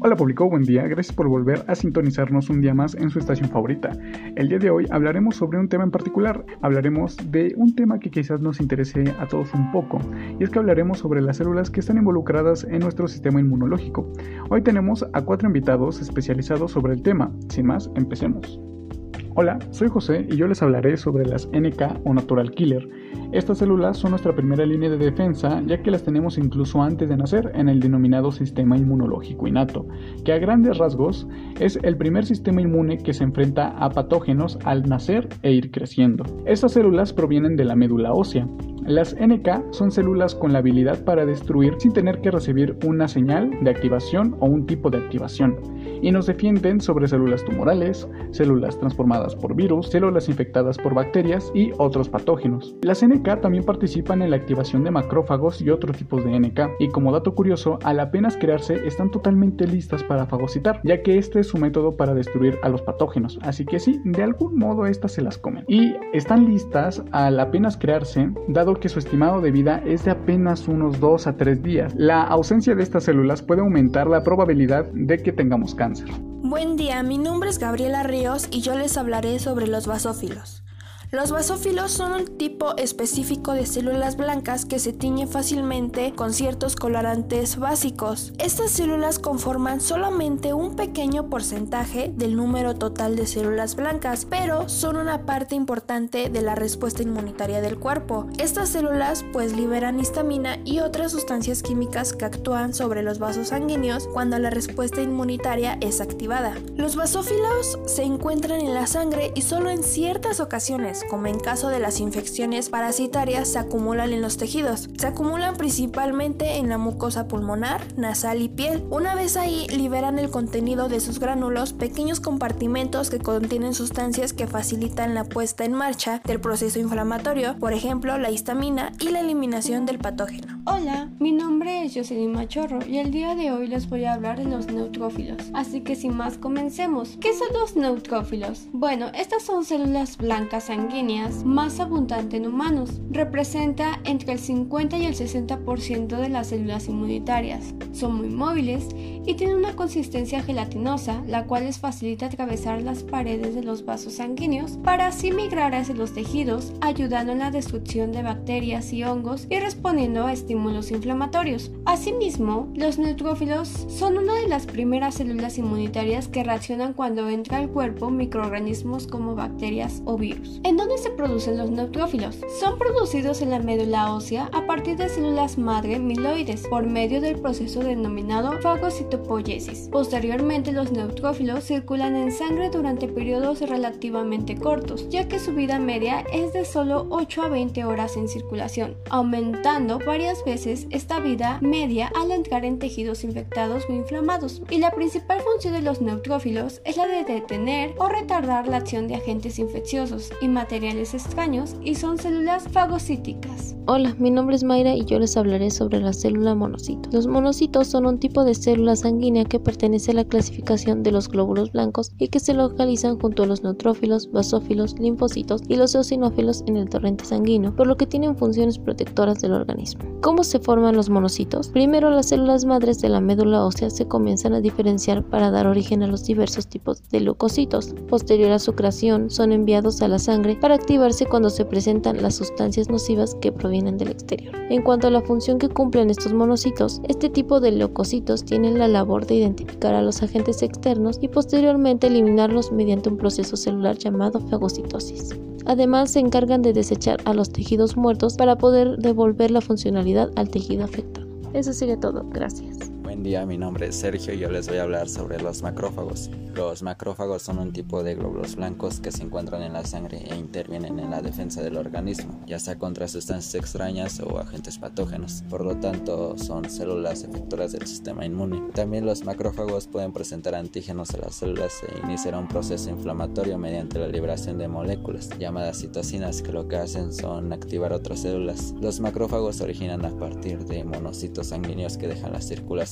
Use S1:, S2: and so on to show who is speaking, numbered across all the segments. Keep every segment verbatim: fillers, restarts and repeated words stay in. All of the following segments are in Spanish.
S1: Hola público, buen día, gracias por volver a sintonizarnos un día más en su estación favorita. El día de hoy hablaremos sobre un tema en particular, hablaremos de un tema que quizás nos interese a todos un poco, y es que hablaremos sobre las células que están involucradas en nuestro sistema inmunológico. Hoy tenemos a cuatro invitados especializados sobre el tema, sin más, empecemos. Hola, soy José y yo les hablaré sobre las N K o Natural Killer. Estas células son nuestra primera línea de defensa, ya que las tenemos incluso antes de nacer en el denominado sistema inmunológico innato, que a grandes rasgos es el primer sistema inmune que se enfrenta a patógenos al nacer e ir creciendo. Estas células provienen de la médula ósea. Las N K son células con la habilidad para destruir sin tener que recibir una señal de activación o un tipo de activación, y nos defienden sobre células tumorales, células transformadas por virus, células infectadas por bacterias y otros patógenos. Las N K también participan en la activación de macrófagos y otros tipos de N K, y como dato curioso, al apenas crearse están totalmente listas para fagocitar, ya que este es su método para destruir a los patógenos, así que sí, de algún modo estas se las comen. Y están listas al apenas crearse, dado que su estimado de vida es de apenas unos dos a tres días. La ausencia de estas células puede aumentar la probabilidad de que tengamos cáncer.
S2: Buen día, mi nombre es Gabriela Ríos y yo les hablaré sobre los basófilos. Los basófilos son un tipo específico de células blancas que se tiñen fácilmente con ciertos colorantes básicos. Estas células conforman solamente un pequeño porcentaje del número total de células blancas, pero son una parte importante de la respuesta inmunitaria del cuerpo. Estas células pues liberan histamina y otras sustancias químicas que actúan sobre los vasos sanguíneos cuando la respuesta inmunitaria es activada. Los basófilos se encuentran en la sangre y solo en ciertas ocasiones, como en caso de las infecciones parasitarias, se acumulan en los tejidos. Se acumulan principalmente en la mucosa pulmonar, nasal y piel. Una vez ahí, liberan el contenido de sus gránulos, pequeños compartimentos que contienen sustancias que facilitan la puesta en marcha del proceso inflamatorio, por ejemplo, la histamina y la eliminación del patógeno.
S3: Hola, mi nombre es Jocelyn Machorro y el día de hoy les voy a hablar de los neutrófilos. Así que sin más, comencemos. ¿Qué son los neutrófilos? Bueno, estas son células blancas sanguíneas más abundante en humanos. Representa entre el cincuenta y el sesenta por ciento de las células inmunitarias. Son muy móviles y tienen una consistencia gelatinosa, la cual les facilita atravesar las paredes de los vasos sanguíneos para así migrar hacia los tejidos, ayudando en la destrucción de bacterias y hongos y respondiendo a estímulos inflamatorios. Asimismo, los neutrófilos son una de las primeras células inmunitarias que reaccionan cuando entra al cuerpo microorganismos como bacterias o virus. ¿En dónde se producen los neutrófilos? Son producidos en la médula ósea a partir de células madre mieloides por medio del proceso denominado fagocitopoiesis. Posteriormente, los neutrófilos circulan en sangre durante periodos relativamente cortos, ya que su vida media es de solo ocho a veinte horas en circulación, aumentando varias veces esta vida media al entrar en tejidos infectados o inflamados. Y la principal función de los neutrófilos es la de detener o retardar la acción de agentes infecciosos y materiales extraños, y son células fagocíticas.
S4: Hola, mi nombre es Mayra y yo les hablaré sobre la célula monocito. Los monocitos son un tipo de célula sanguínea que pertenece a la clasificación de los glóbulos blancos y que se localizan junto a los neutrófilos, basófilos, linfocitos y los eosinófilos en el torrente sanguíneo, por lo que tienen funciones protectoras del organismo. ¿Cómo se forman los monocitos? Primero, las células madres de la médula ósea se comienzan a diferenciar para dar origen a los diversos tipos de leucocitos. Posterior a su creación, son enviados a la sangre para activarse cuando se presentan las sustancias nocivas que provienen del exterior. En cuanto a la función que cumplen estos monocitos, este tipo de leucocitos tienen la labor de identificar a los agentes externos y posteriormente eliminarlos mediante un proceso celular llamado fagocitosis. Además, se encargan de desechar a los tejidos muertos para poder devolver la funcionalidad al tejido afectado. Eso sería todo, gracias.
S5: Buen día, mi nombre es Sergio y yo les voy a hablar sobre los macrófagos. Los macrófagos son un tipo de glóbulos blancos que se encuentran en la sangre e intervienen en la defensa del organismo, ya sea contra sustancias extrañas o agentes patógenos. Por lo tanto, son células efectoras del sistema inmune. También los macrófagos pueden presentar antígenos a las células e iniciar un proceso inflamatorio mediante la liberación de moléculas llamadas citocinas, que lo que hacen son activar otras células. Los macrófagos se originan a partir de monocitos sanguíneos que dejan la circulación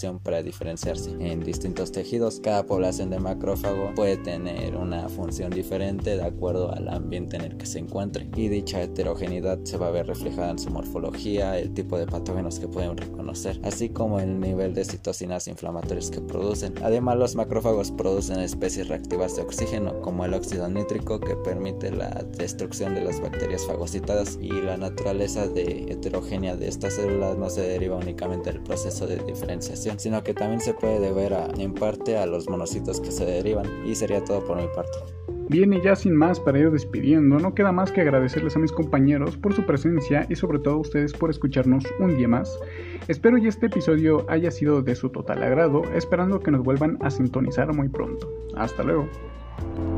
S5: población para diferenciarse. En distintos tejidos, cada población de macrófago puede tener una función diferente de acuerdo al ambiente en el que se encuentre, y dicha heterogeneidad se va a ver reflejada en su morfología, el tipo de patógenos que pueden reconocer, así como el nivel de citocinas inflamatorias que producen. Además, los macrófagos producen especies reactivas de oxígeno, como el óxido nítrico, que permite la destrucción de las bacterias fagocitadas, y la naturaleza de heterogénea de estas células no se deriva únicamente del proceso de diferenciación, sino que también se puede deber a, en parte a los monocitos que se derivan. Y sería todo por mi parte.
S1: Bien, y ya sin más para ir despidiendo, no queda más que agradecerles a mis compañeros por su presencia y sobre todo a ustedes por escucharnos un día más. Espero y este episodio haya sido de su total agrado, esperando que nos vuelvan a sintonizar muy pronto. Hasta luego.